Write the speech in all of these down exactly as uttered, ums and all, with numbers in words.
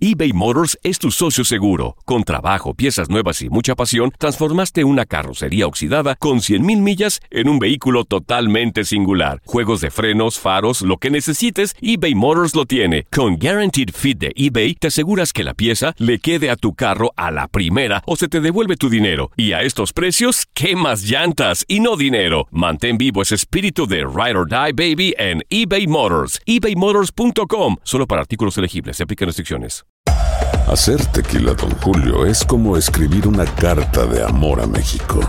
eBay Motors es tu socio seguro. Con trabajo, piezas nuevas y mucha pasión, transformaste una carrocería oxidada con cien mil millas en un vehículo totalmente singular. Juegos de frenos, faros, lo que necesites, eBay Motors lo tiene. Con Guaranteed Fit de eBay, te aseguras que la pieza le quede a tu carro a la primera o se te devuelve tu dinero. Y a estos precios, ¿qué más llantas y no dinero? Mantén vivo ese espíritu de Ride or Die, baby, en eBay Motors. ebay motors punto com. Solo para artículos elegibles. Se aplican restricciones. Hacer tequila Don Julio es como escribir una carta de amor a México.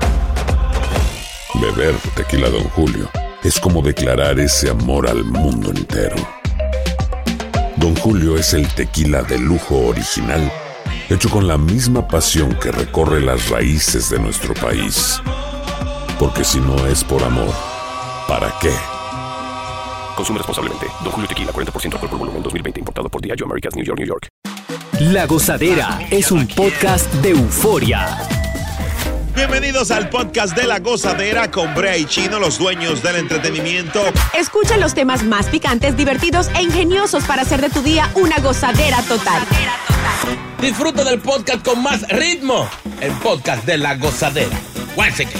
Beber tequila Don Julio es como declarar ese amor al mundo entero. Don Julio es el tequila de lujo original, hecho con la misma pasión que recorre las raíces de nuestro país. Porque si no es por amor, ¿para qué? Consume responsablemente. Don Julio Tequila, cuarenta por ciento alcohol por volumen, dos mil veinte. Importado por Diageo Americas, New York, New York. La Gozadera es un podcast de euforia. Bienvenidos al podcast de La Gozadera con Brea y Chino, los dueños del entretenimiento. Escucha los temas más picantes, divertidos e ingeniosos para hacer de tu día una gozadera total. Disfruta del podcast con más ritmo. El podcast de La Gozadera. Guáchate.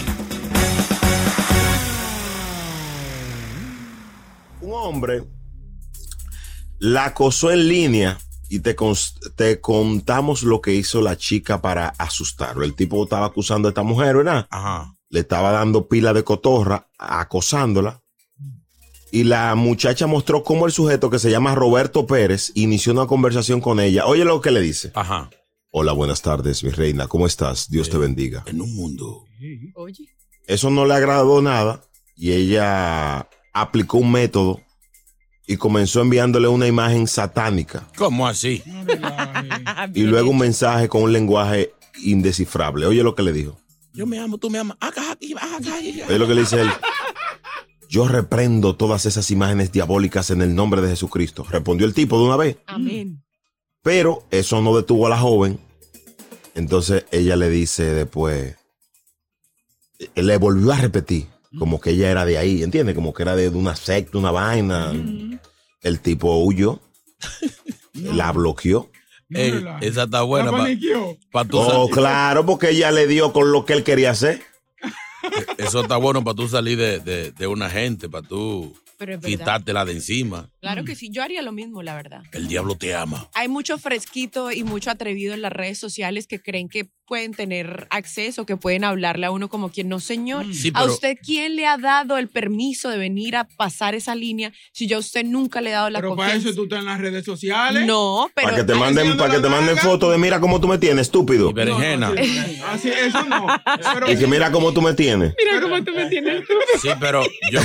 Un hombre la acosó en línea y te, te contamos lo que hizo la chica para asustarlo. El tipo estaba acusando a esta mujer, ¿verdad? Ajá. Le estaba dando pila de cotorra, acosándola. Y la muchacha mostró cómo el sujeto, que se llama Roberto Pérez, inició una conversación con ella. Oye lo que le dice. Ajá. Hola, buenas tardes, mi reina. ¿Cómo estás? Dios eh, te bendiga. En un mundo. Oye. Eso no le agradó nada y ella aplicó un método y comenzó enviándole una imagen satánica. ¿Cómo así? Y luego un mensaje con un lenguaje indescifrable. Oye lo que le dijo. Yo me amo, tú me amas. Oye lo que le dice él. Yo reprendo todas esas imágenes diabólicas en el nombre de Jesucristo. Respondió el tipo de una vez. Amén. Pero eso no detuvo a la joven. Entonces ella le dice después, le volvió a repetir, como que ella era de ahí, ¿entiendes? Como que era de una secta, una vaina. Mm-hmm. El tipo huyó, no. La bloqueó. Ey, esa está buena para pa tú Oh, salir. Claro, porque ella le dio con lo que él quería hacer. Eso está bueno para tú salir de, de, de una gente, para tú quitártela de encima. Claro que sí, yo haría lo mismo, la verdad. El diablo te ama. Hay mucho fresquito y mucho atrevido en las redes sociales que creen que pueden tener acceso, que pueden hablarle a uno como quien no, señor. Sí, pero... ¿A usted quién le ha dado el permiso de venir a pasar esa línea si yo a usted nunca le he dado la pero confianza? Pero para eso tú estás en las redes sociales. No, pero... Para que te manden, para que te manden fotos de mira cómo tú me tienes, estúpido. Y berenjena. No, no, sí. Así, eso no. Pero... Y que mira cómo tú me tienes. Mira cómo tú me tienes, estúpido. Sí, pero yo...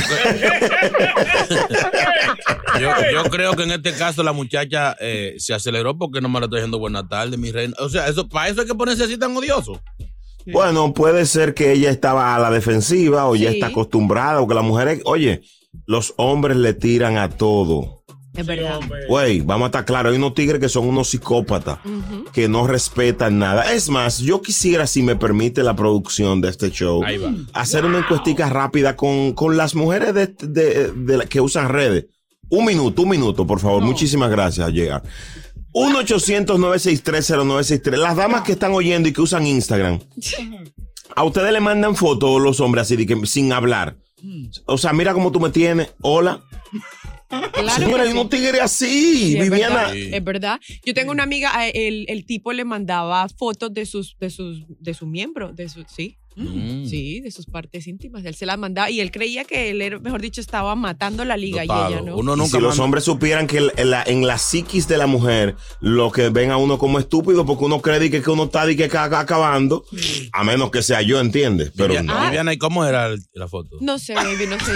yo, yo creo que en este caso la muchacha eh, se aceleró porque no me la estoy diciendo buena tarde, mi reina. O sea, eso para eso hay que ponerse así tan odioso. Sí. Bueno, puede ser que ella estaba a la defensiva o sí. Ya está acostumbrada o que las mujeres, oye, los hombres le tiran a todo. Es verdad. Güey, vamos a estar claros, hay unos tigres que son unos psicópatas, uh-huh. que no respetan nada. Es más, yo quisiera, si me permite la producción de este show, hacer wow. una encuestica rápida con, con las mujeres de, de, de, de que usan redes. Un minuto, un minuto, por favor. No. Muchísimas gracias, llegar. uno ochocientos nueve seis tres cero nueve seis tres. Las damas que están oyendo y que usan Instagram, a ustedes le mandan fotos los hombres así, de que, sin hablar. O sea, mira cómo tú me tienes. Hola. Claro. Señora, hay unos tigres así, sí, Viviana. Es verdad, es verdad. Yo tengo una amiga, el, el tipo le mandaba fotos de sus, de sus, de su miembro, de su, sí. Mm. Sí, de sus partes íntimas. Él se las mandaba y él creía que él, mejor dicho, estaba matando la liga. Total. Y ella no. Uno nunca si manda... los hombres supieran que en la, en la psiquis de la mujer, lo que ven a uno como estúpido, porque uno cree que, que uno está y que acabando, sí. A menos que sea yo, ¿entiendes? Pero Viviana, no. Viviana, ¿y cómo era la foto? No sé, baby, no sé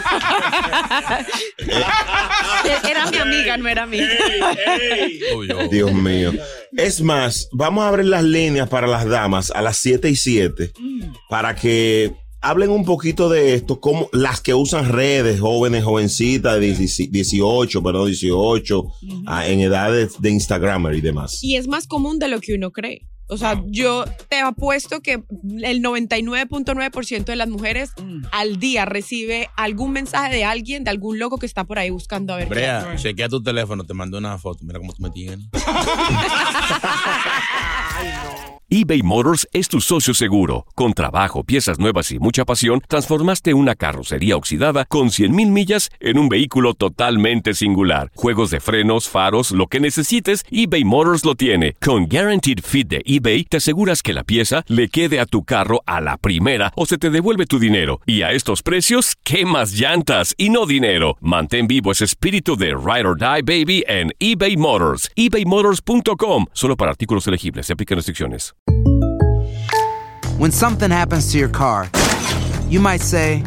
yo. Era mi amiga, no era mí. Hey, hey. Dios mío. Es más, vamos a abrir las líneas para las damas a las siete y siete mm. para que hablen un poquito de esto, como las que usan redes, jóvenes, jovencitas de dieciocho, perdón, dieciocho, mm. a, en edades de Instagramer y demás. Y es más común de lo que uno cree. O sea, yo te apuesto que el noventa y nueve punto nueve por ciento de las mujeres mm. al día recibe algún mensaje de alguien, de algún loco que está por ahí buscando a ver. Brea, chequea tu teléfono, te mando una foto. Mira cómo tú me tienes. eBay Motors es tu socio seguro. Con trabajo, piezas nuevas y mucha pasión, transformaste una carrocería oxidada con cien mil millas en un vehículo totalmente singular. Juegos de frenos, faros, lo que necesites, eBay Motors lo tiene. Con Guaranteed Fit de eBay, te aseguras que la pieza le quede a tu carro a la primera o se te devuelve tu dinero. Y a estos precios, ¿qué más llantas y no dinero? Mantén vivo ese espíritu de Ride or Die, baby, en eBay Motors. ebay motors punto com. Solo para artículos elegibles. Se aplican restricciones. When something happens to your car, you might say,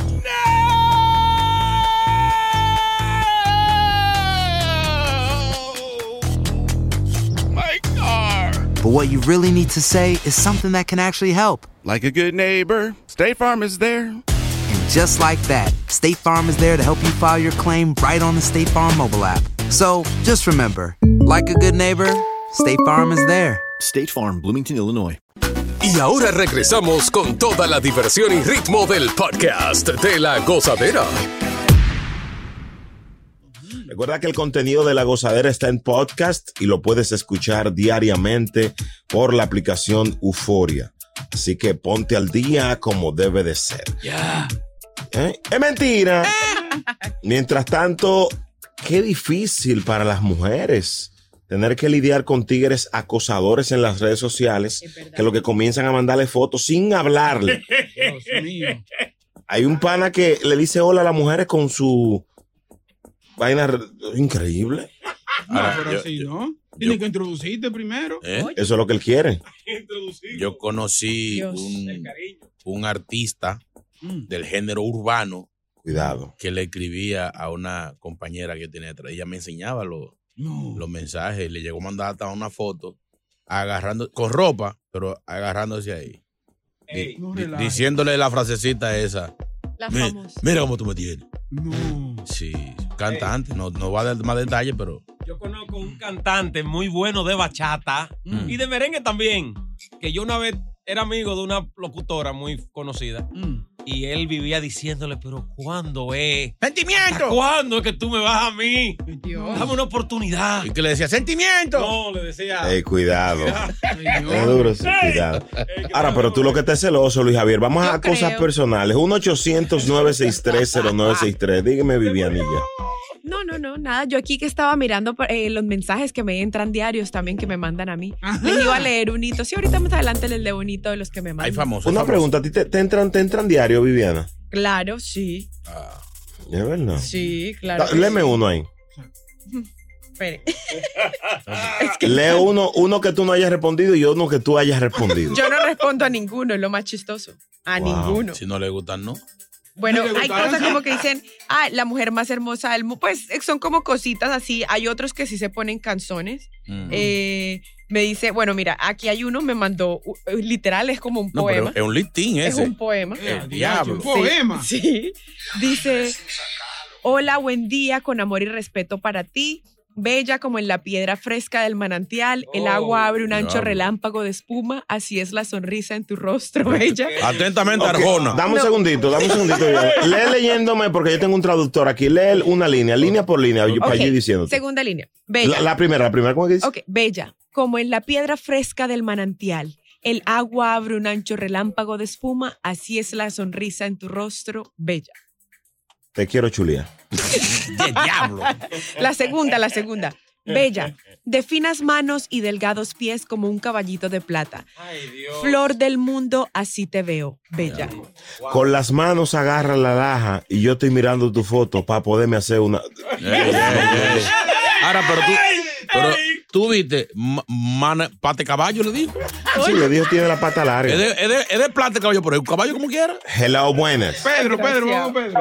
My car! But what you really need to say is something that can actually help. Like a good neighbor, State Farm is there. And just like that, State Farm is there to help you file your claim right on the State Farm mobile app. So just remember, like a good neighbor, State Farm is there. State Farm, Bloomington, Illinois. Y ahora regresamos con toda la diversión y ritmo del podcast de La Gozadera. Recuerda que el contenido de La Gozadera está en podcast y lo puedes escuchar diariamente por la aplicación Euforia. Así que ponte al día como debe de ser. Ya. ¿Eh? ¡Es mentira! Mientras tanto, qué difícil para las mujeres tener que lidiar con tigres acosadores en las redes sociales que lo que comienzan a mandarle fotos sin hablarle. Dios mío. Hay un pana que le dice hola a las mujeres con su vaina re- increíble. No, Ahora, pero yo- así, yo- ¿no? Tienes que introducirte primero. ¿Eh? Eso es lo que él quiere. Yo conocí Dios. un, un artista Mm. del género urbano Cuidado. que le escribía a una compañera que yo tenía atrás. Ella me enseñaba los, No. los mensajes. Le llegó a mandar hasta una foto agarrando, con ropa, pero agarrándose ahí. Di- No di- relajes. diciéndole la frasecita esa. La Mi- famosa. Mira cómo tú me tienes. No. Sí, cantante. No, no va a dar más detalles, pero... Yo conozco un cantante muy bueno de bachata Mm. y de merengue también, que yo una vez era amigo de una locutora muy conocida Mm. y él vivía diciéndole, pero ¿cuándo es? ¡Sentimiento! ¿Cuándo es que tú me vas a mí? Dios. Dame una oportunidad. Y que le decía, ¡sentimiento! No, le decía... Ey, cuidado. Ay, Dios. Es duro, sí, cuidado. Ahora, pero tú lo que estás celoso, Luis Javier. Vamos Yo a cosas creo. personales. uno ochocientos nueve seis tres cero nueve seis tres. Dígame, Vivianilla. No, no, no, nada. Yo aquí que estaba mirando eh, los mensajes que me entran diarios también que me mandan a mí. Ajá. Les iba a leer un hito. Sí, ahorita más adelante les leo un hito de los que me mandan. Hay famosos. Una famosos. pregunta. ¿A ti te, te entran, te entran diario, Viviana? Claro, sí. Ah. ¿Es verdad? Sí, claro. Da- que Léeme sí. uno ahí. Espere. Lee uno, uno que tú no hayas respondido y uno que tú hayas respondido. Yo no respondo a ninguno, es lo más chistoso. A Wow. ninguno. Si no le gustan, no. Bueno, ¿No le hay gustaron? cosas como que dicen, ah, la mujer más hermosa del mundo. Pues eh, son como cositas así. Hay otros que sí se ponen canzones. Mm. Eh, me dice, bueno, mira, aquí hay uno, me mandó, uh, uh, literal, es como un No, pero poema. es un listín Es ese. un poema. Eh, El diablo. diablo. Un poema. Sí. Dice, hola, buen día, con amor y respeto para ti. Bella como en la piedra fresca del manantial, el Oh, agua abre un ancho diablo. relámpago de espuma, así es la sonrisa en tu rostro, bella. Atentamente, Ok, Arjona. Dame un No. segundito, dame un segundito. Viviana. Lee leyéndome porque yo tengo un traductor aquí. Lee una línea, línea por línea, yo, para Ok, allí diciéndote. segunda línea. Bella. La, la primera, la primera, ¿cómo es que dice? Ok, bella, como en la piedra fresca del manantial, el agua abre un ancho relámpago de espuma, así es la sonrisa en tu rostro, bella. Te quiero, Chulia. ¡Qué diablo! La segunda, la segunda. Bella, de finas manos y delgados pies como un caballito de plata. Ay, Dios. Flor del mundo, así te veo, bella. Con las manos agarra la laja y yo estoy mirando tu foto para poderme hacer una... Ey, ey, ey. Ahora, pero tú, pero tú viste, ma- mana- pate caballo le dijo. Sí, le dijo tiene la pata larga. Es de, es de, es de plata caballo, pero es un caballo como quiera. Hello, buenas. Pedro, Pedro, vamos, Pedro.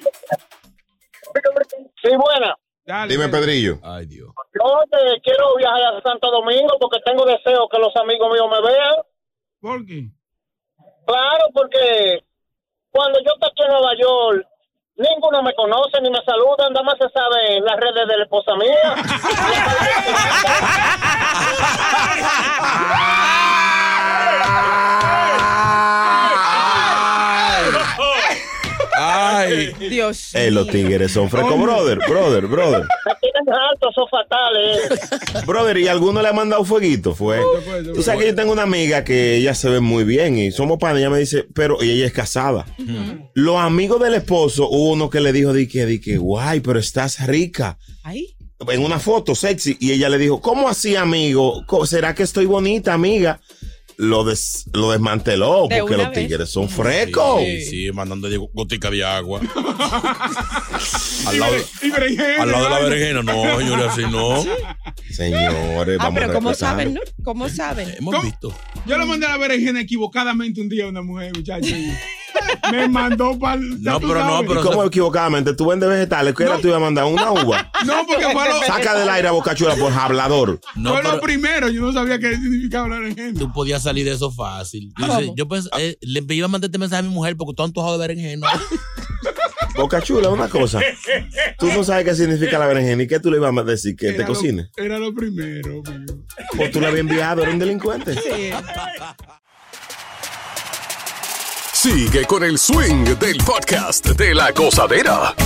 Sí, buena. Dale, Dime, Pedro. Pedrillo. Ay, Dios. No, que quiero viajar a Santo Domingo porque tengo deseo que los amigos míos me vean. ¿Por qué? Claro, porque cuando yo estoy aquí en Nueva York, ninguno me conoce ni me saluda, nada más se sabe en las redes de la esposa mía. Dios Eh, los tigres son frescos, brother, brother, brother. Aquí están altos, son fatales. Brother, ¿y alguno le ha mandado fueguito? Fue. Tú sabes que yo tengo una amiga que ella se ve muy bien y somos panas. Ella me dice, pero y ella es casada. Uh-huh. Los amigos del esposo, hubo uno que le dijo, di que, di que, guay, pero estás rica. ¿Ahí? En una foto sexy. Y ella le dijo, ¿cómo así, amigo? ¿Será que estoy bonita, amiga? Lo, des, lo desmanteló de porque los vez. tigres son frescos. Sí, sí, mandando gotica de agua. al, lado, al lado de la berenjena, no, señores, así no. Señores, ah, vamos pero a ¿cómo saben, no? ¿Cómo saben? Hemos ¿Cómo? visto. Yo le mandé a la berenjena equivocadamente un día a una mujer, muchacho. Me mandó para el. No, pero no, pero. ¿Cómo se... equivocadamente? Tú vendes vegetales, ¿qué no. era tú iba a mandar? ¿Una uva? No, porque fue lo. Saca del aire a Bocachula por hablador. No, fue pero... lo primero, yo no sabía qué significaba la berenjena. Tú podías salir de eso fácil. Dice, yo pues, eh, le iba a mandar este mensaje a mi mujer porque tú has antojado de berenjena. Bocachula, una cosa. Tú no sabes qué significa la berenjena y qué tú le ibas a decir, que era te lo, cocine. Era lo primero, amigo. ¿O tú le habías enviado? ¿Era un delincuente? Sí. Sigue con el swing del podcast de La Gozadera.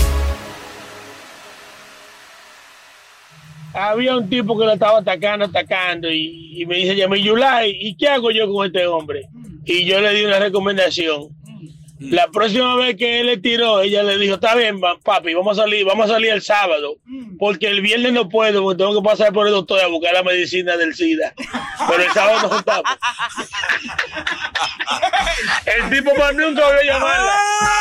Había un tipo que lo estaba atacando, atacando, y, y me dice, Yamil Yulai, ¿y qué hago yo con este hombre? Y yo le di una recomendación. La próxima vez que él le tiró, ella le dijo, está bien, papi, vamos a salir, vamos a salir el sábado, porque el viernes no puedo, porque tengo que pasar por el doctor a buscar la medicina del SIDA. Pero el sábado nos juntamos. El tipo más nunca voy a llamarla.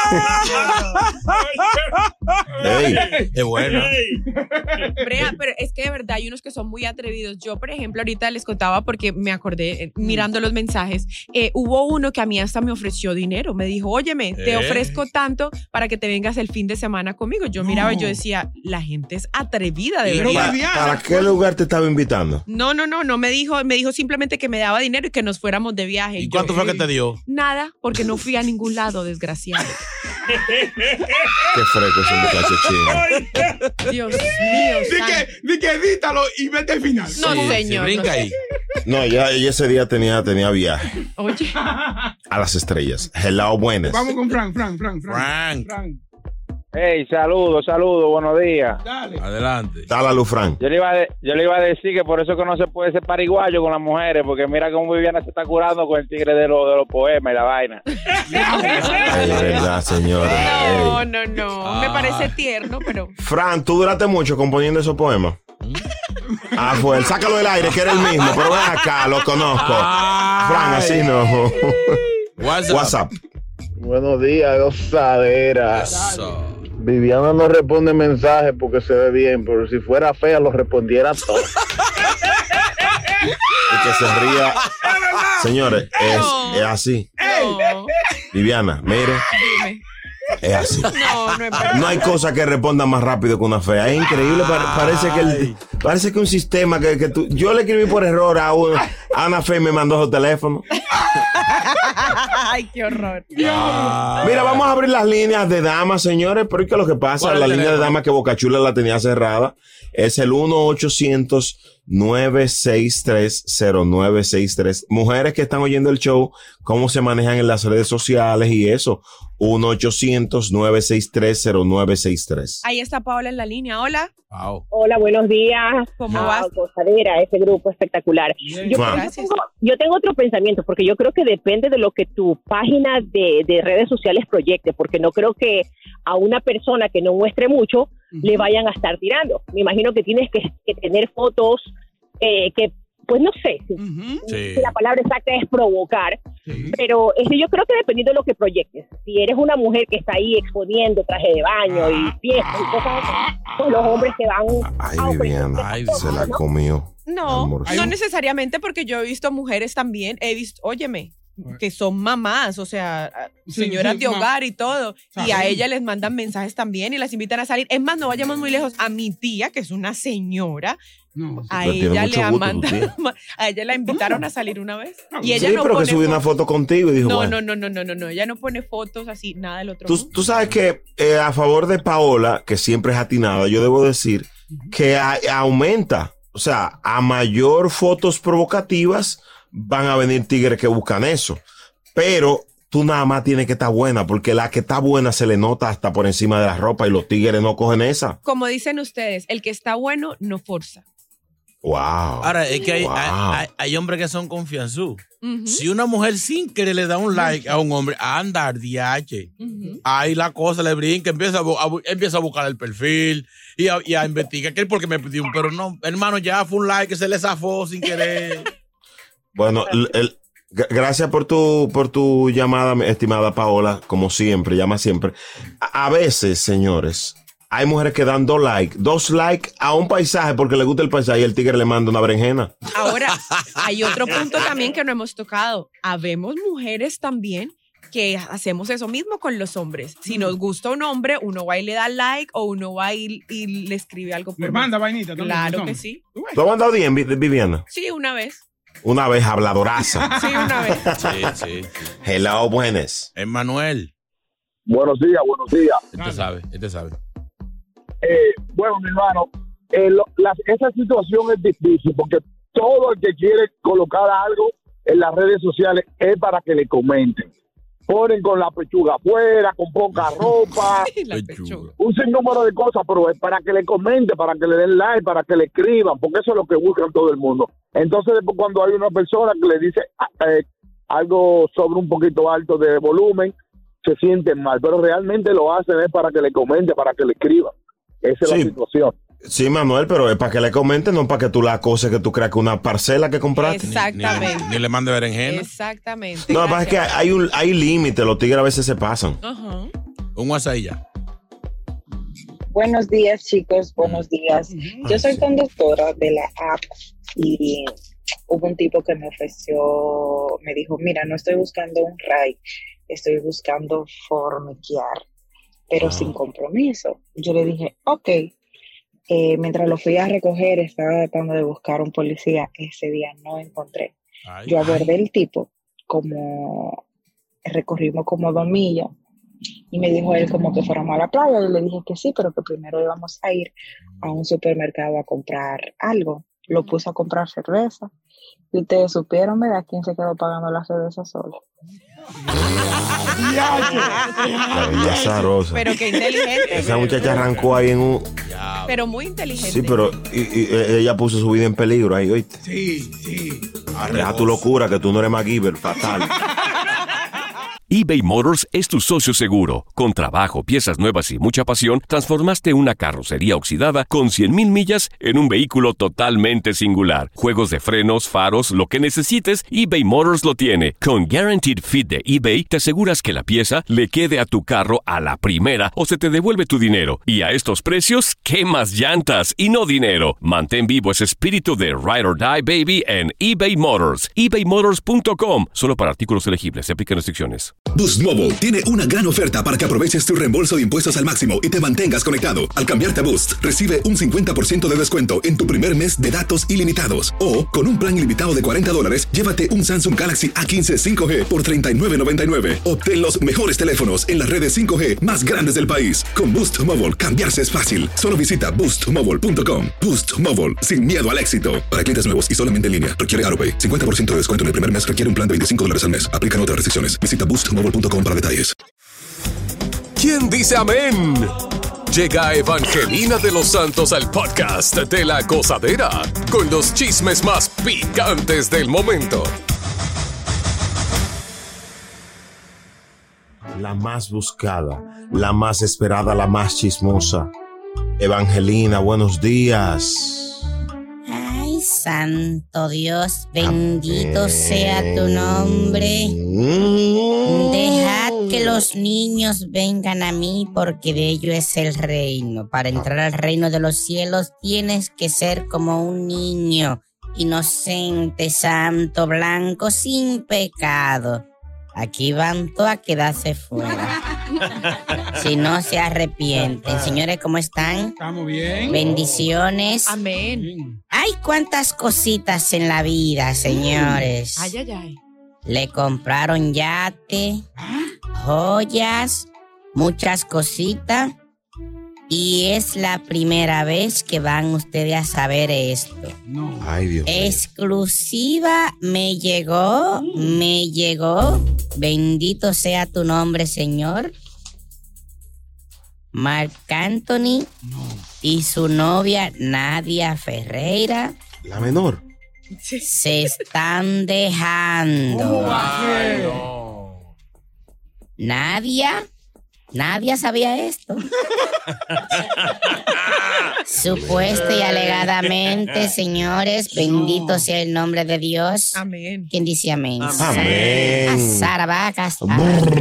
Hey, qué bueno. Brea, pero es que de verdad hay unos que son muy atrevidos. Yo, por ejemplo, ahorita les contaba porque me acordé, eh, mirando los mensajes, eh, hubo uno que a mí hasta me ofreció dinero. Me dijo, óyeme, te ¿Eh? ofrezco tanto para que te vengas el fin de semana conmigo. Yo no. miraba y yo decía, la gente es atrevida, de verdad. ¿Para, ¿Para qué lugar te estaba invitando? No, no, no, no me dijo, me dijo simplemente que me daba dinero y que nos fuéramos de viaje. ¿Y, ¿Y cuánto yo, fue que te dio? Nada, porque no fui a ningún lado, desgraciado. Qué fresco ese muchacho chino. Dios mío. Di que, di que edítalo y vete al final. No, sí, señor. Sí, brinca no, ahí. No, ya, ya ese día tenía, tenía viaje. Oye. A las estrellas. Hello, buenas. Vamos con Frank, Frank, Frank, Frank. Frank. Frank. Hey, saludos, saludos, buenos días. Dale. Adelante. Dale la luz, Frank. Yo le, iba a de, yo le iba a decir que por eso que no se puede ser pariguayo con las mujeres, porque mira cómo Viviana se está curando con el tigre de, lo, de los poemas y la vaina. Ay, de verdad, señores. No, no, no. Ah. Me parece tierno, pero... Frank, ¿tú duraste mucho componiendo esos poemas? Ah, fue él. Sácalo del aire, que era el mismo, pero ven acá, lo conozco. Ay. Frank, así no. WhatsApp. WhatsApp. Buenos días, gozadera. Eso. Viviana no responde mensajes porque se ve bien, pero si fuera fea lo respondiera todo. Y que se ría. Señores, es, es así. No. Viviana, mire. Dime. Es así. No, no es verdad. No hay cosa que responda más rápido que una fea. Es increíble. Pa- parece que el, parece que un sistema que, que tú. Yo le escribí por error a, una, a una fea y me mandó su teléfono. Ay, qué horror. Ah, Mira, vamos a abrir las líneas de damas, señores. Pero ¿qué es lo que pasa? La línea de damas que Bocachula la tenía cerrada es el uno ochocientos nueve seis tres cero nueve seis tres. Mujeres que están oyendo el show, cómo se manejan en las redes sociales y eso. uno ochocientos nueve seis tres cero nueve seis tres. Ahí está Paola en la línea. Hola. Wow. Hola, buenos días. ¿Cómo ah, vas? Gozadera, ese grupo espectacular. Bien. Yo, Wow. yo, tengo, yo tengo otro pensamiento, porque yo creo que depende de lo que tu página de, de redes sociales proyecte, porque no creo que a una persona que no muestre mucho uh-huh. le vayan a estar tirando. Me imagino que tienes que, que tener fotos eh, que, pues no sé, Uh-huh. si Sí. la palabra exacta es provocar, Sí. pero ese, yo creo que dependiendo de lo que proyectes. Si eres una mujer que está ahí exponiendo traje de baño y fiestas y cosas así, pues los hombres se van Ay, a ofrecer Viviana, esas Ay, cosas, se la ¿no? comió. No, Almorzó. no necesariamente, porque yo he visto mujeres también. He visto, óyeme, que son mamás, o sea, Sí, señoras sí, de ma- hogar y todo. Y a Saben. ella les mandan mensajes también y las invitan a salir. Es más, no vayamos muy lejos. A mi tía, que es una señora, No. a Pero tiene ella mucho le han gusto, tu mandado, tía. a ella la invitaron a salir una vez. Y ella Sí, no pero que pone subí una fotos. foto contigo y dijo, No, bueno. no, no, no, no, no, ella no pone fotos así, nada del otro Tú, mundo. tú sabes que eh, a favor de Paola, que siempre es atinada, yo debo decir que a- aumenta. O sea, a mayor fotos provocativas van a venir tigres que buscan eso. Pero tú nada más tienes que estar buena, porque la que está buena se le nota hasta por encima de la ropa y los tigres no cogen esa. Como dicen ustedes, el que está bueno no forza. Wow. Ahora, es que hay, wow. hay, hay, hay hombres que son confianzú. Uh-huh. Si una mujer sin querer le da un like a un hombre, anda al D H. Uh-huh. Ahí la cosa le brinca, empieza a, a, empieza a buscar el perfil y a, y a investigar. ¿Qué es porque me pidió? Pero no, hermano, ya fue un like que se le zafó sin querer. Bueno, el, el, gracias por tu, por tu llamada, estimada Paola. Como siempre, llama siempre. A, a veces, señores, hay mujeres que dan dos likes, dos likes a un paisaje porque le gusta el paisaje y el tigre le manda una berenjena. Ahora, hay otro punto también que no hemos tocado. Habemos mujeres también que hacemos eso mismo con los hombres. Si nos gusta un hombre, uno va y le da like o uno va y, y le escribe algo. Por le manda vainita. Claro que sí. ¿Tú has mandado bien, Viviana? Sí, una vez. Una vez habladoraza. Sí, una vez. Sí, sí. Hello, buenas. Emmanuel. Buenos días, buenos días. Este sabe, este sabe. Eh, bueno, mi hermano, eh, lo, la, esa situación es difícil porque todo el que quiere colocar algo en las redes sociales es para que le comenten. Ponen con la pechuga afuera, con poca ropa, un sinnúmero de cosas, pero es para que le comenten, para que le den like, para que le escriban, porque eso es lo que buscan todo el mundo. Entonces, después cuando hay una persona que le dice eh, algo sobre un poquito alto de volumen, se sienten mal, pero realmente lo hacen es para que le comenten, para que le escriban. Esa es sí, la situación. Sí, Manuel, pero es para que le comenten, no para que tú la acoses, que tú creas que una parcela que compraste. Exactamente. Ni, ni, ni le mande berenjena. Exactamente. No, lo que pasa es que hay un hay límite, los tigres a veces se pasan. Uh-huh. Un WhatsApp ya. Buenos días, chicos, buenos días. Yo soy conductora de la app y hubo un tipo que me ofreció, me dijo, mira, no estoy buscando un ride, estoy buscando formiquear, pero ah. sin compromiso. Yo le dije, ok. Eh, mientras lo fui a recoger, estaba tratando de buscar un policía. Ese día no encontré. Ay, Yo abordé ay. el tipo, como recorrimos como dos millas, y me dijo él como que fuéramos a la playa. Yo le dije que sí, pero que primero íbamos a ir a un supermercado a comprar algo. Lo puse a comprar cerveza. Y ustedes supieron, ¿verdad? ¿Quién se quedó pagando la cerveza solo? Pero qué inteligente. Esa muchacha arrancó ahí en un... Pero muy inteligente. Sí, pero y, y, ella puso su vida en peligro ahí, ¿oíste? Sí, sí. Deja tu locura, que tú no eres MacGyver, fatal. eBay Motors es tu socio seguro. Con trabajo, piezas nuevas y mucha pasión, transformaste una carrocería oxidada con cien mil millas en un vehículo totalmente singular. Juegos de frenos, faros, lo que necesites, eBay Motors lo tiene. Con Guaranteed Fit de eBay, te aseguras que la pieza le quede a tu carro a la primera o se te devuelve tu dinero. Y a estos precios, ¿qué más llantas y no dinero? Mantén vivo ese espíritu de Ride or Die, baby, en eBay Motors. ebay motors punto com. Solo para artículos elegibles. Se aplican restricciones. Boost Mobile tiene una gran oferta para que aproveches tu reembolso de impuestos al máximo y te mantengas conectado. Al cambiarte a Boost, recibe un cincuenta por ciento de descuento en tu primer mes de datos ilimitados. O, con un plan ilimitado de cuarenta dólares, llévate un Samsung Galaxy A quince cinco G por treinta y nueve noventa y nueve. Obtén los mejores teléfonos en las redes cinco G más grandes del país. Con Boost Mobile, cambiarse es fácil. Solo visita boost mobile punto com. Boost Mobile, sin miedo al éxito. Para clientes nuevos y solamente en línea, requiere AutoPay. cincuenta por ciento de descuento en el primer mes, requiere un plan de veinticinco dólares al mes. Aplican otras restricciones. Visita boost mobile punto com para detalles. ¿Quién dice amén? Llega Evangelina de los Santos al podcast de La Gozadera con los chismes más picantes del momento. La más buscada, la más esperada, la más chismosa. Evangelina, buenos días. Ay, santo Dios, bendito Amén. Sea tu nombre. Mm. Dejad que los niños vengan a mí, porque de ello es el reino. Para entrar al reino de los cielos tienes que ser como un niño, inocente, santo, blanco, sin pecado. Aquí van todos a quedarse fuera. Si no se arrepienten. Señores, ¿cómo están? Estamos bien. Bendiciones. Amén. Hay cuantas cositas en la vida, señores. Ay, ay, ay. Le compraron yate, joyas, muchas cositas. Y es la primera vez que van ustedes a saber esto. No. Ay, Dios. Exclusiva me llegó, me llegó. Bendito sea tu nombre, Señor. Marc Anthony no. y su novia Nadia Ferreira. La menor. Se están dejando. Ay, no. Nadia, Nadia sabía esto. Supuesta y alegadamente, señores, bendito sea el nombre de Dios. Amén. ¿Quién dice amén? Amén. A Sara Vacas. Yo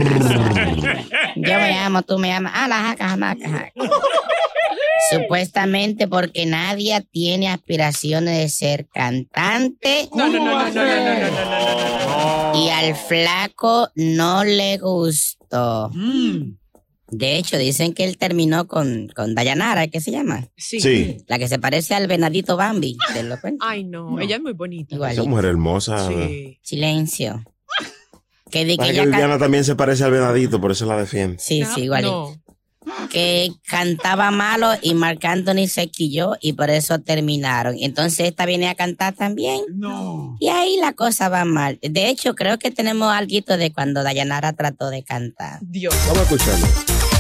me amo, tú me amas. Ah, la jaca, jamaca, jaca. Supuestamente porque Nadia tiene aspiraciones de ser cantante. No, no, no, no, no, no, no, no, no, no. Y al flaco no le gustó. Mm. De hecho, dicen que él terminó con, con Dayanara, ¿qué se llama? Sí. Sí. La que se parece al venadito Bambi. ¿Te lo cuento? Ay, no, no, ella es muy bonita. Igualito. Esa mujer hermosa. Sí. Silencio. Que de que Para que ella Viviana can... también se parece al venadito, por eso la defiende. Sí, No, sí, igualito. no. Que cantaba malo y Marc Anthony se quilló y por eso terminaron. Entonces esta viene a cantar también. No. Y ahí la cosa va mal. De hecho, creo que tenemos algo de cuando Dayanara trató de cantar. Dios. Vamos a escucharlo.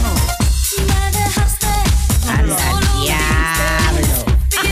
Anda, diablo.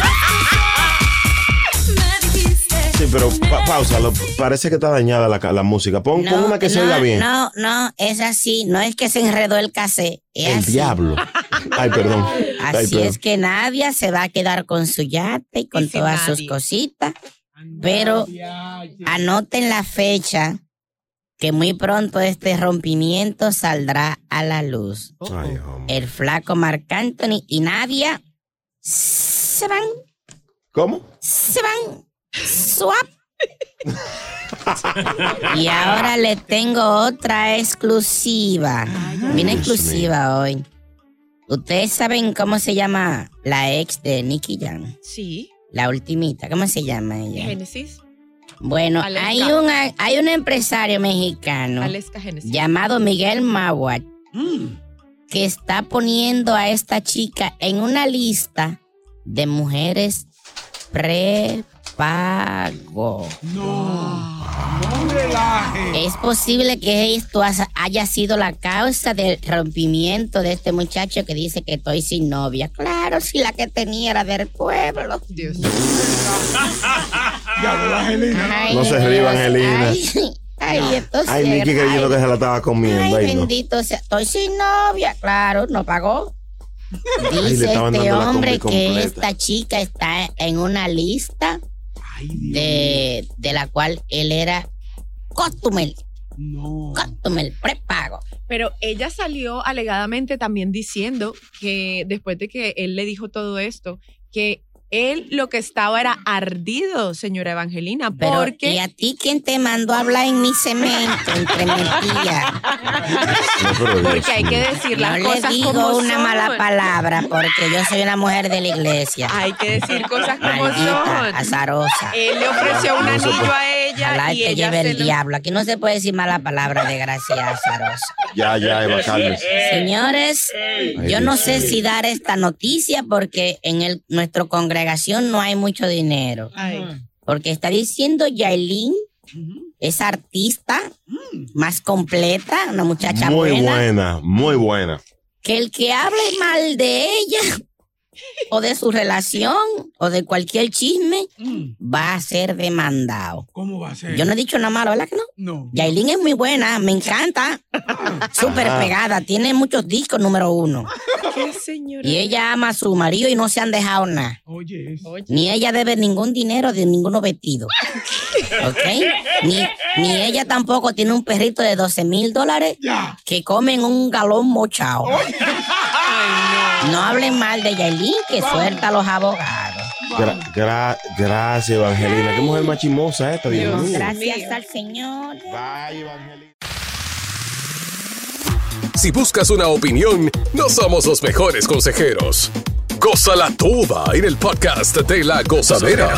Sí, pero pa pausa, lo, parece que está dañada la, la música. Pon, No, pon una que se no, oiga bien. No, no, es así. No es que se enredó el cassette. Es El así. diablo. Ay, perdón. Ay, Así perdón. es que Nadia se va a quedar con su yate y con Y sin todas nadie. sus cositas. Pero anoten la fecha que muy pronto este rompimiento saldrá a la luz. Ay, hombre. El flaco Marc Anthony y Nadia se van, ¿Cómo? se van, swap. Y ahora le tengo otra exclusiva. Viene exclusiva hoy. ¿Ustedes saben cómo se llama la ex de Nicky Jam? Sí. La ultimita, ¿cómo se llama ella? Génesis. Bueno, Aleska. hay, una, hay un empresario mexicano Aleska Génesis. llamado Miguel Mawat Mm. que está poniendo a esta chica en una lista de mujeres prepago. No. No relaje. Es posible que esto haya sido la causa del rompimiento de este muchacho que dice que estoy sin novia. Claro, si la que tenía era del pueblo. Dios. Ya, ¿verdad, Angelina? Ay, No se Dios. ríe, Angelina. Ay, ay, esto sí Ay, es- Nicky creyendo ay, que se la estaba comiendo. Ay, Ay, no. bendito sea. Estoy sin novia. Claro, no pagó. Ay, le Dice estaban este dando la hombre combi que completa. esta chica está en una lista Ay, Dios. de, de la cual él era customer. No. Customer, prepago. Pero ella salió alegadamente también diciendo que después de que él le dijo todo esto, que él lo que estaba era ardido, señora Evangelina, Pero, porque... ¿y a ti quién te mandó a hablar en mi cemento entre mentiras? No, pero Dios Porque hay que mío. decir No las le cosas digo como una son. mala palabra porque yo soy una mujer de la iglesia. Hay que decir cosas como Maldita, son. azarosa. Él le ofreció un No se anillo puede. a ella Ojalá y te ella lleve se el lo... diablo. Aquí no se puede decir mala palabra, desgraciada, azarosa. Ya, ya, Eva, cálmese. Señores, Ay, yo no Dios sé mío. si dar esta noticia porque en el, nuestra congregación no hay mucho dinero. Ay. Porque está diciendo Yailin, esa artista más completa, una muchacha Muy buena, buena, muy buena. que el que hable mal de ella o de su relación o de cualquier chisme va a ser demandado. ¿Cómo va a ser? Yo no he dicho nada malo, ¿verdad que no? No. Yailin es muy buena, me encanta. Súper Ajá. pegada, tiene muchos discos número uno. ¿Qué señora? Y ella ama a su marido y no se han dejado nada. Oye, eso. Ni ella debe ningún dinero de ninguno vestido. ¿Ok? Ni, ni ella tampoco tiene un perrito de doce mil dólares Ya. que comen un galón mochado. No hablen mal de Yailin, que suelta a los abogados. Gra gra gracias, Evangelina. Qué mujer más chimosa esta, Dios, Dios. mío. Gracias al Señor. Bye, Evangelina. Si buscas una opinión, no somos los mejores consejeros. Gózala toda en el podcast de La Gozadera.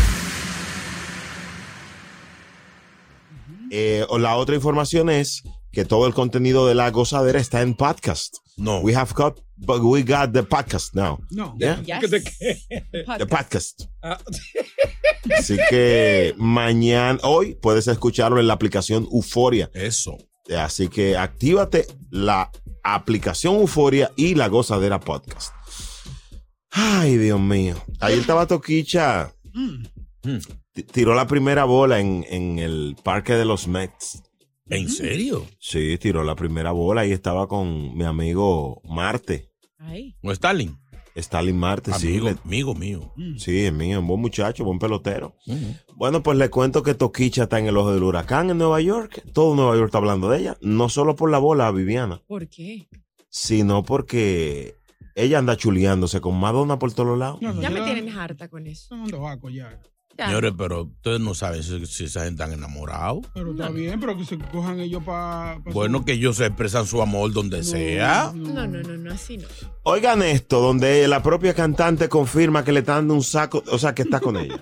Eh, o la otra información es que todo el contenido de La Gozadera está en podcast. No. We have got, but we got the podcast now. No. Yeah? Yes. ¿De qué? The podcast. Ah. Así que mañana, hoy puedes escucharlo en la aplicación Euforia. Eso. Así que actívate la aplicación Euforia y La Gozadera Podcast. Ay, Dios mío. Ayer estaba Toquicha. Mm. Tiró la primera bola en, en el parque de los Mets. ¿En serio? Sí, tiró la primera bola y estaba con mi amigo Marte. Ay. ¿O Stalin? Stalin Marte, amigo, sí. Le, amigo mío. Sí, es mío, un buen muchacho, buen pelotero. Uh-huh. Bueno, pues le cuento que Toquicha está en el ojo del huracán en Nueva York. Todo Nueva York está hablando de ella. No solo por la bola, Viviana. ¿Por qué? Sino porque ella anda chuleándose con Madonna por todos lados. No, no, ya me la... tienen harta con eso. Son dos ya. Ya. Señores, pero ustedes no saben si, si esa gente están enamorados. Pero está no. bien, pero que se cojan ellos para... Pa bueno, su... que ellos se expresan su amor donde no, sea. No, no, no, no, así no. Oigan esto, donde la propia cantante confirma que le está dando un saco, o sea, que está con ella.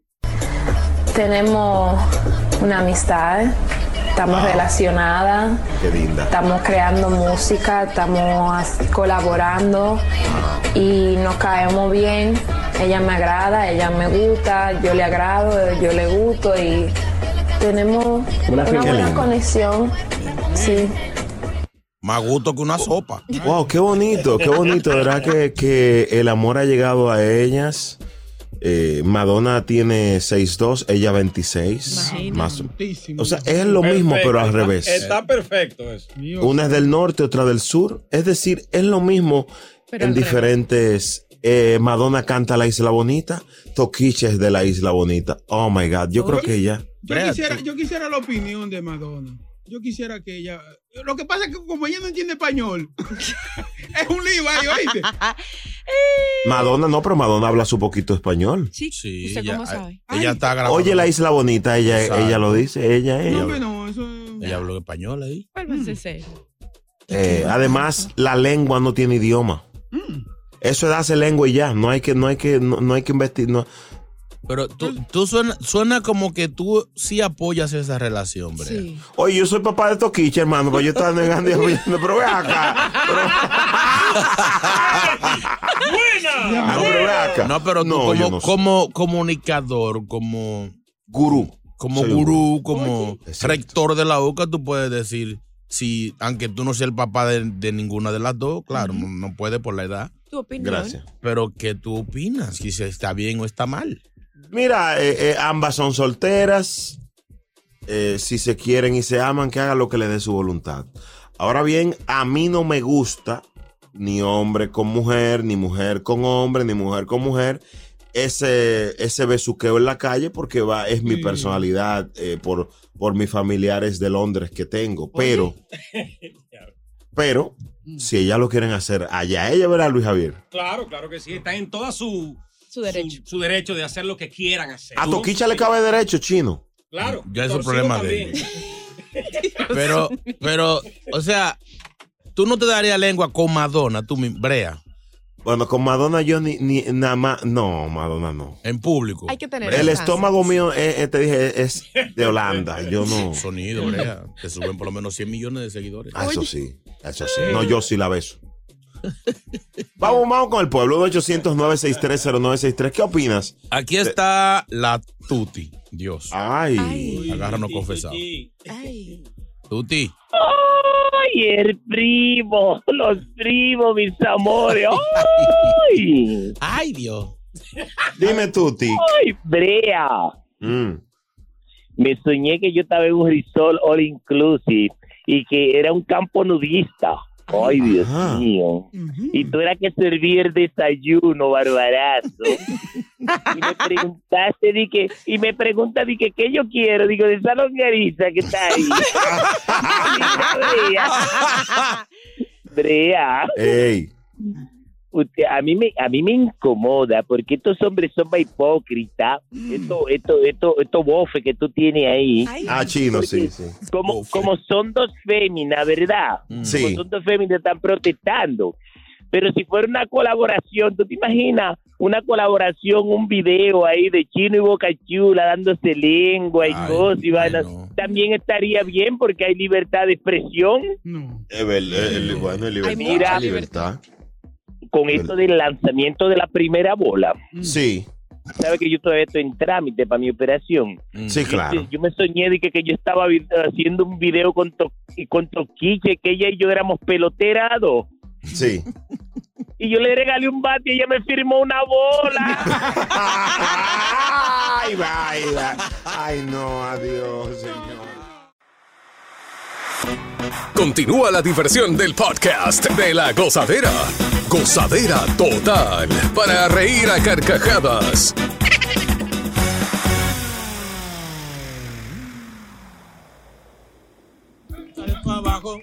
Tenemos una amistad, estamos ah, relacionadas. Qué linda. Estamos creando música, estamos colaborando ah. y nos caemos bien. Ella me agrada, ella me gusta, yo le agrado, yo le gusto y tenemos una, una buena conexión. Sí. Más gusto que una sopa. Wow, qué bonito, qué bonito. De verdad que, que el amor ha llegado a ellas. Eh, Madonna tiene seis dos, ella veintiséis. Más, o sea, es lo perfecto, mismo, pero al está, revés. Está perfecto eso. Una es del norte, otra del sur. Es decir, es lo mismo pero en diferentes... Eh, Madonna canta La Isla Bonita, Toquicha es de La Isla Bonita. Oh my God, yo oh, creo que ella. Yo quisiera, yo quisiera la opinión de Madonna. Yo quisiera que ella. Lo que pasa es que como ella no entiende español, es un lío ahí, ¿oíste? Madonna no, pero Madonna habla su poquito español. Sí, sí. ¿Usted ella, cómo sabe? Ella está grabando. Oye, La Isla Bonita, ella, ella lo dice, ella, ella. No, que no, eso. Ella habló español ahí. Vuélvase serio. Eh, además, la lengua no tiene idioma. Mm. Eso es hacer lengua y ya, no hay que, no hay que, no, no hay que investigar. No. Pero tú, tú suena, suena como que tú sí apoyas esa relación, Brea. Sí. Oye, yo soy papá de Toquicha, hermano, pero yo estaba negando y apoyando, pero ve acá. Pero... ¡Buena! No, pero ve acá. No, pero tú no, como, no como comunicador, como gurú, como soy gurú, como rector de la U C A, tú puedes decir, si, aunque tú no seas el papá de, de ninguna de las dos, claro, uh-huh. no, no puede por la edad. Tu opinión. Gracias. Pero ¿qué tú opinas? Si está bien o está mal. Mira, eh, eh, ambas son solteras. Eh, si se quieren y se aman, que hagan lo que les dé su voluntad. Ahora bien, a mí no me gusta ni hombre con mujer, ni mujer con hombre, ni mujer con mujer. Ese, ese besuqueo en la calle porque va, es mi personalidad eh, por, por mis familiares de Londres que tengo. Pero, pero, si ellas lo quieren hacer, allá ella verá a Luis Javier. Claro, claro que sí. Está en toda su, su derecho. Su, su derecho de hacer lo que quieran hacer. A Toquicha le cabe derecho, chino. Claro. Ya es un problema de él. Pero, pero, o sea, tú no te darías lengua con Madonna, tú, Brea. Bueno, con Madonna yo ni, ni nada más. No, Madonna no. En público. Hay que tener el estómago mío, eh, eh, te dije, es de Holanda. Yo no. Sonido, Brea. Te suben por lo menos cien millones de seguidores. Ah, eso sí. Eso sí. No, yo sí la beso. Vamos, vamos con el pueblo. uno ochocientos, nueve seis tres, cero nueve seis tres. ¿Qué opinas? Aquí está la Tuti. Dios. Ay. Ay. Agárranos confesado. Ay. Tuti. ¡Ay, el primo! Los primos, mis amores. ¡Ay! ¡Ay, Dios! Dime, Tuti. ¡Ay, Brea! Mm. Me soñé que yo estaba en un resort all inclusive y que era un campo nudista. ¡Ay, Dios Ajá. mío! Uh-huh. Y tú eras que servir desayuno, barbarazo. Y me preguntaste, di que, y me pregunta, di que, ¿qué yo quiero? Digo, de esa longaniza que está ahí. Brea. Brea. Ey. Usted, a mí me a mí me incomoda porque estos hombres son más hipócritas. Mm. Esto, esto, esto, esto bofe que tú tienes ahí. Ay. Ah, chino, sí, sí. Como, como son dos féminas, ¿verdad? Mm. Sí. Como son dos féminas, están protestando. Pero si fuera una colaboración, ¿tú te imaginas una colaboración, un video ahí de Chino y Boca Chula dándose lengua y ay, cosas y vainas, no. También estaría bien porque hay libertad de expresión. No. Es verdad, el, bueno, libertad, ay, mira, libertad. Con esto del lanzamiento de la primera bola. Sí. Sabe que yo todavía estoy en trámite para mi operación. Sí, claro. Yo, yo me soñé de que, que yo estaba haciendo un video con, to, con Toquiche, que ella y yo éramos peloterados. Sí. Y yo le regalé un bate y ella me firmó una bola. Ay, vaya. Ay, no, adiós, señor. Continúa la diversión del podcast de La Gozadera. Gozadera total. Para reír a carcajadas. Dale pa' abajo.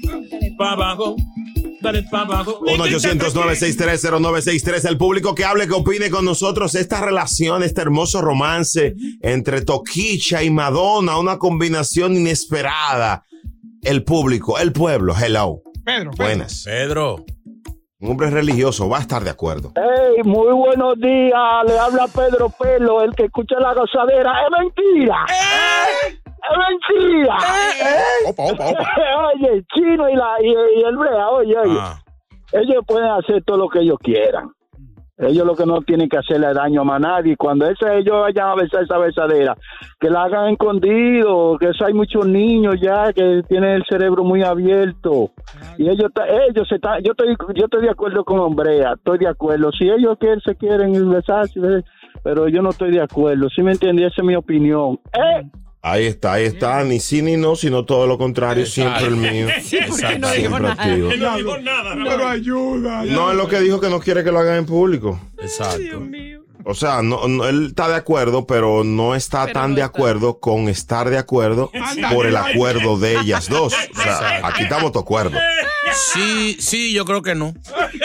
Pa' abajo. Dale pa' abajo. uno ochocientos nueve seis tres cero nueve seis tres. El público que hable, que opine con nosotros. Esta relación, este hermoso romance entre Toquicha y Madonna. Una combinación inesperada. El público, el pueblo, hello. Pedro, Pedro. Buenas. Pedro. Un hombre religioso va a estar de acuerdo. Hey, muy buenos días. Le habla Pedro Pelo, el que escucha La Gozadera. ¡Es mentira! ¡Eh! ¡Es mentira! ¡Eh! Opa, opa, opa. Oye, el Chino y, la, y, y el Brea, oye, oye. Ah. Ellos pueden hacer todo lo que ellos quieran. Ellos lo que no tienen que hacerle daño a más nadie. Cuando ese, ellos vayan a besar esa besadera, que la hagan escondido, que eso hay muchos niños ya que tienen el cerebro muy abierto. Y ellos, ellos se están, yo estoy, yo estoy de acuerdo con Hombrea, estoy de acuerdo. Si ellos quieren, se quieren besarse, pero yo no estoy de acuerdo. ¿Sí me entiendes? Esa es mi opinión. ¿Eh? Ahí está, ahí está, ni sí ni no, sino todo lo contrario, exacto. Siempre el mío. Sí, porque no dijo nada. No dijo nada. No, pero ayuda. No, es lo que dijo que no quiere que lo hagan en público. Exacto. Dios mío. O sea, no, no, él está de acuerdo, pero no está pero tan no de está. acuerdo con estar de acuerdo por el acuerdo de ellas dos. O sea, aquí estamos de acuerdo. Sí, sí, yo creo que no.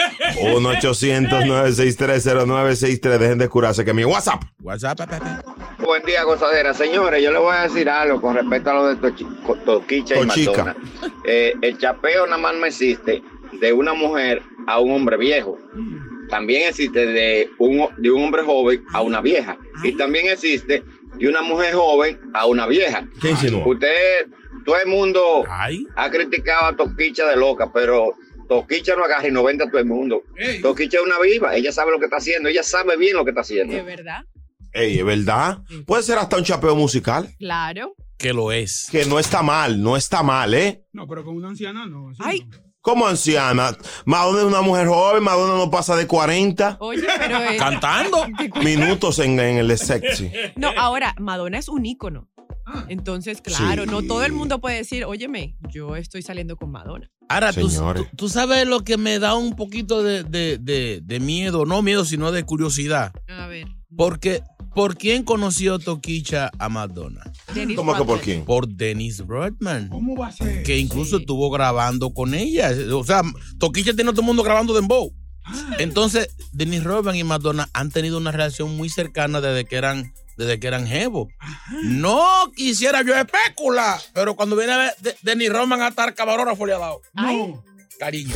uno ochocientos nueve seis tres cero nueve seis tres. Dejen de curarse que mi WhatsApp. WhatsApp, Pepe. Buen día, gozadera. Señores, yo les voy a decir algo con respecto a lo de Tochi- Toquicha y Madonna. Eh, el chapeo nada más no existe de una mujer a un hombre viejo. También existe de un, de un hombre joven a una vieja. Y también existe de una mujer joven a una vieja. ¿Qué insinuó? Usted, todo el mundo Ay. ha criticado a Toquicha de loca, pero Toquicha no agarra y no vende a todo el mundo. Ey. Toquicha es una viva, ella sabe lo que está haciendo, ella sabe bien lo que está haciendo. ¿Es verdad? Ey, ¿es verdad? Puede ser hasta un chapeo musical. Claro. Que lo es. Que no está mal, no está mal, ¿eh? No, pero con una anciana no. Ay. No. ¿Cómo anciana? Madonna es una mujer joven, Madonna no pasa de cuarenta. Oye, pero... Eh, ¿Cantando? Minutos en, en el sexy. No, ahora, Madonna es un ícono. Entonces, claro, Sí. no todo el mundo puede decir, óyeme, yo estoy saliendo con Madonna. Ahora, tú, Señores. tú, tú sabes lo que me da un poquito de, de, de, de miedo, no miedo, sino de curiosidad. A ver. Porque, ¿por quién conoció Toquicha a Madonna? Dennis ¿Cómo que por Rodman. quién? Por Dennis Rodman. ¿Cómo va a ser? Que incluso Sí. estuvo grabando con ella. O sea, Toquicha tiene a todo el mundo grabando dembow. Entonces, Dennis Rodman y Madonna han tenido una relación muy cercana desde que eran, desde que eran jevos. No quisiera yo especular, pero cuando viene a ver de, Dennis Rodman a estar camarógrafo le ha dado. Ay. Cariño.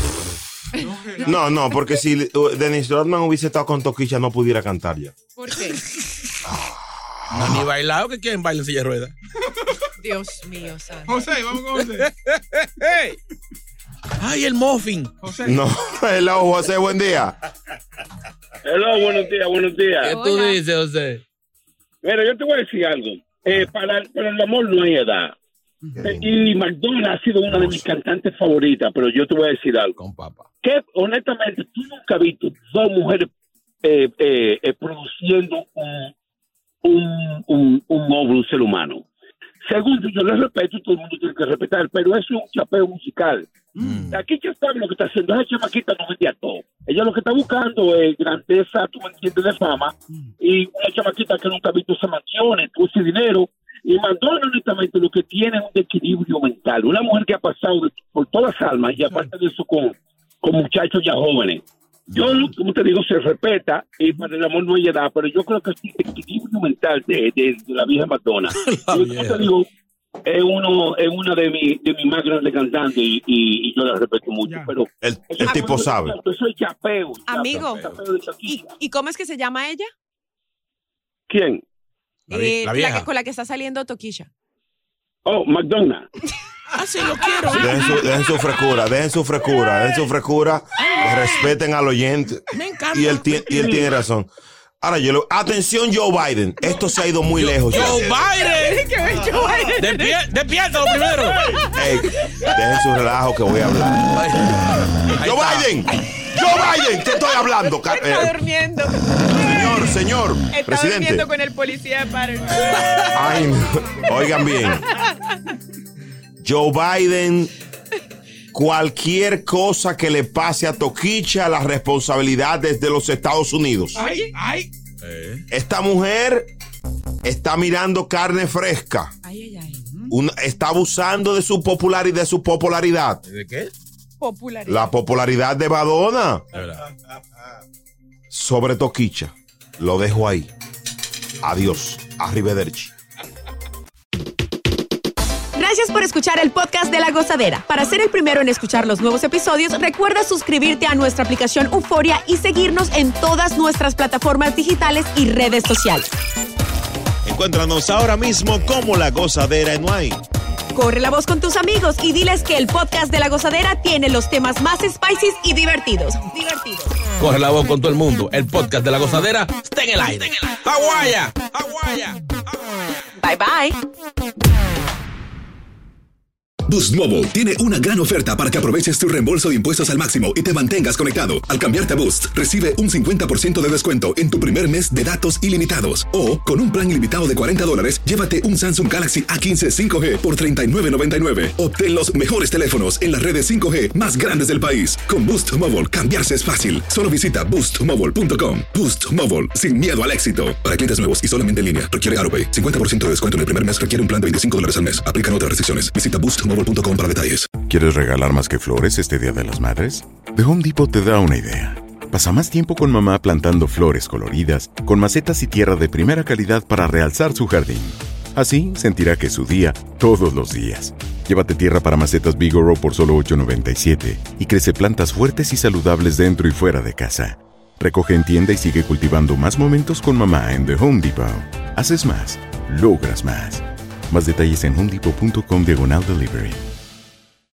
No, no, porque si uh, Dennis Rodman hubiese estado con Toquicha no pudiera cantar ya. ¿Por qué? No, ni bailado, que quieren bailar en silla de ruedas. Dios mío, santo. José, vamos con José. Ay, el muffin. José. No, hello, José, buen día. Hello, buenos días, buenos días. ¿Qué tú dices, José? Mira, yo te voy a decir algo. Eh, para, para el amor no hay edad. Eh, y Madonna ha sido una de mis cantantes favoritas, pero yo te voy a decir algo. Con papá. Que honestamente, tú nunca has visto dos mujeres eh, eh, eh, produciendo un, un, un, un óvulo, un ser humano. Segundo, yo les respeto, todo el mundo tiene que respetar, pero eso es un chapeo musical. Mm. Aquí ya sabe lo que está haciendo. Esa chamaquita no vendía todo. Ella lo que está buscando es grandeza, tú me entiendes, de fama. Mm. Y una chamaquita que nunca ha visto esas mansiones, todo ese dinero. Y Madonna, honestamente, lo que tiene es un equilibrio mental. Una mujer que ha pasado por todas las almas y aparte de eso con, con muchachos ya jóvenes. Yo, como te digo, se respeta y para el amor no hay edad, pero yo creo que es el equilibrio mental de, de, de la vieja Madonna. Yo, te digo, es uno es una de mis de mis más grandes cantantes y, y, y yo la respeto mucho, pero el, el tipo sabe. Yo soy chapeo. Amigo, chapeo de ¿y, ¿y cómo es que se llama ella? ¿Quién? La, eh, la, la que, con la que está saliendo Toquilla. Oh, McDonald's. Ah, sí, lo quiero. Dejen su, dejen su frescura, dejen su frescura, dejen su frescura, respeten al oyente. Me encanta. Y él, y él tiene razón. Ahora yo lo, atención Joe Biden, esto se ha ido muy lejos. Joe Biden. ¿Qué es Joe Biden? Despier- Despiértalo primero. Ey, dejen su relajo que voy a hablar. Joe Biden, Joe Biden, ¿qué estoy hablando? Está durmiendo. Señor, señor, Está presidente. durmiendo con el policía de Patterson. Ay, no. Oigan bien. Joe Biden, cualquier cosa que le pase a Toquicha, la responsabilidad es de los Estados Unidos. Ay, ay. Esta mujer está mirando carne fresca. Ay, ay, ay. Una, está abusando de su popularidad, de su popularidad. ¿De qué? Popularidad. La popularidad de Madonna sobre Toquicha. Lo dejo ahí. Adiós. Arrivederci. Gracias por escuchar el podcast de La Gozadera. Para ser el primero en escuchar los nuevos episodios, recuerda suscribirte a nuestra aplicación Euforia y seguirnos en todas nuestras plataformas digitales y redes sociales. Encuéntranos ahora mismo como La Gozadera en Wine. Corre la voz con tus amigos y diles que el podcast de La Gozadera tiene los temas más spicy y divertidos. Divertidos. Corre la voz con todo el mundo. El podcast de La Gozadera está en el aire. ¡Aguaya! ¡Aguaya! Bye, bye. Boost Mobile tiene una gran oferta para que aproveches tu reembolso de impuestos al máximo y te mantengas conectado. Al cambiarte a Boost, recibe un cincuenta por ciento de descuento en tu primer mes de datos ilimitados. O, con un plan ilimitado de cuarenta dólares, llévate un Samsung Galaxy A quince cinco G por treinta y nueve noventa y nueve. Obtén los mejores teléfonos en las redes cinco G más grandes del país. Con Boost Mobile, cambiarse es fácil. Solo visita boost mobile punto com. Boost Mobile, sin miedo al éxito. Para clientes nuevos y solamente en línea, requiere AutoPay. cincuenta por ciento de descuento en el primer mes requiere un plan de veinticinco dólares al mes. Aplican otras restricciones. Visita boost mobile punto com para detalles. ¿Quieres regalar más que flores este Día de las Madres? The Home Depot te da una idea. Pasa más tiempo con mamá plantando flores coloridas, con macetas y tierra de primera calidad para realzar su jardín. Así sentirá que es su día todos los días. Llévate tierra para macetas Bigoro por solo ocho noventa y siete y crece plantas fuertes y saludables dentro y fuera de casa. Recoge en tienda y sigue cultivando más momentos con mamá en The Home Depot. Haces más, logras más. Más detalles en homedepot punto com diagonal delivery.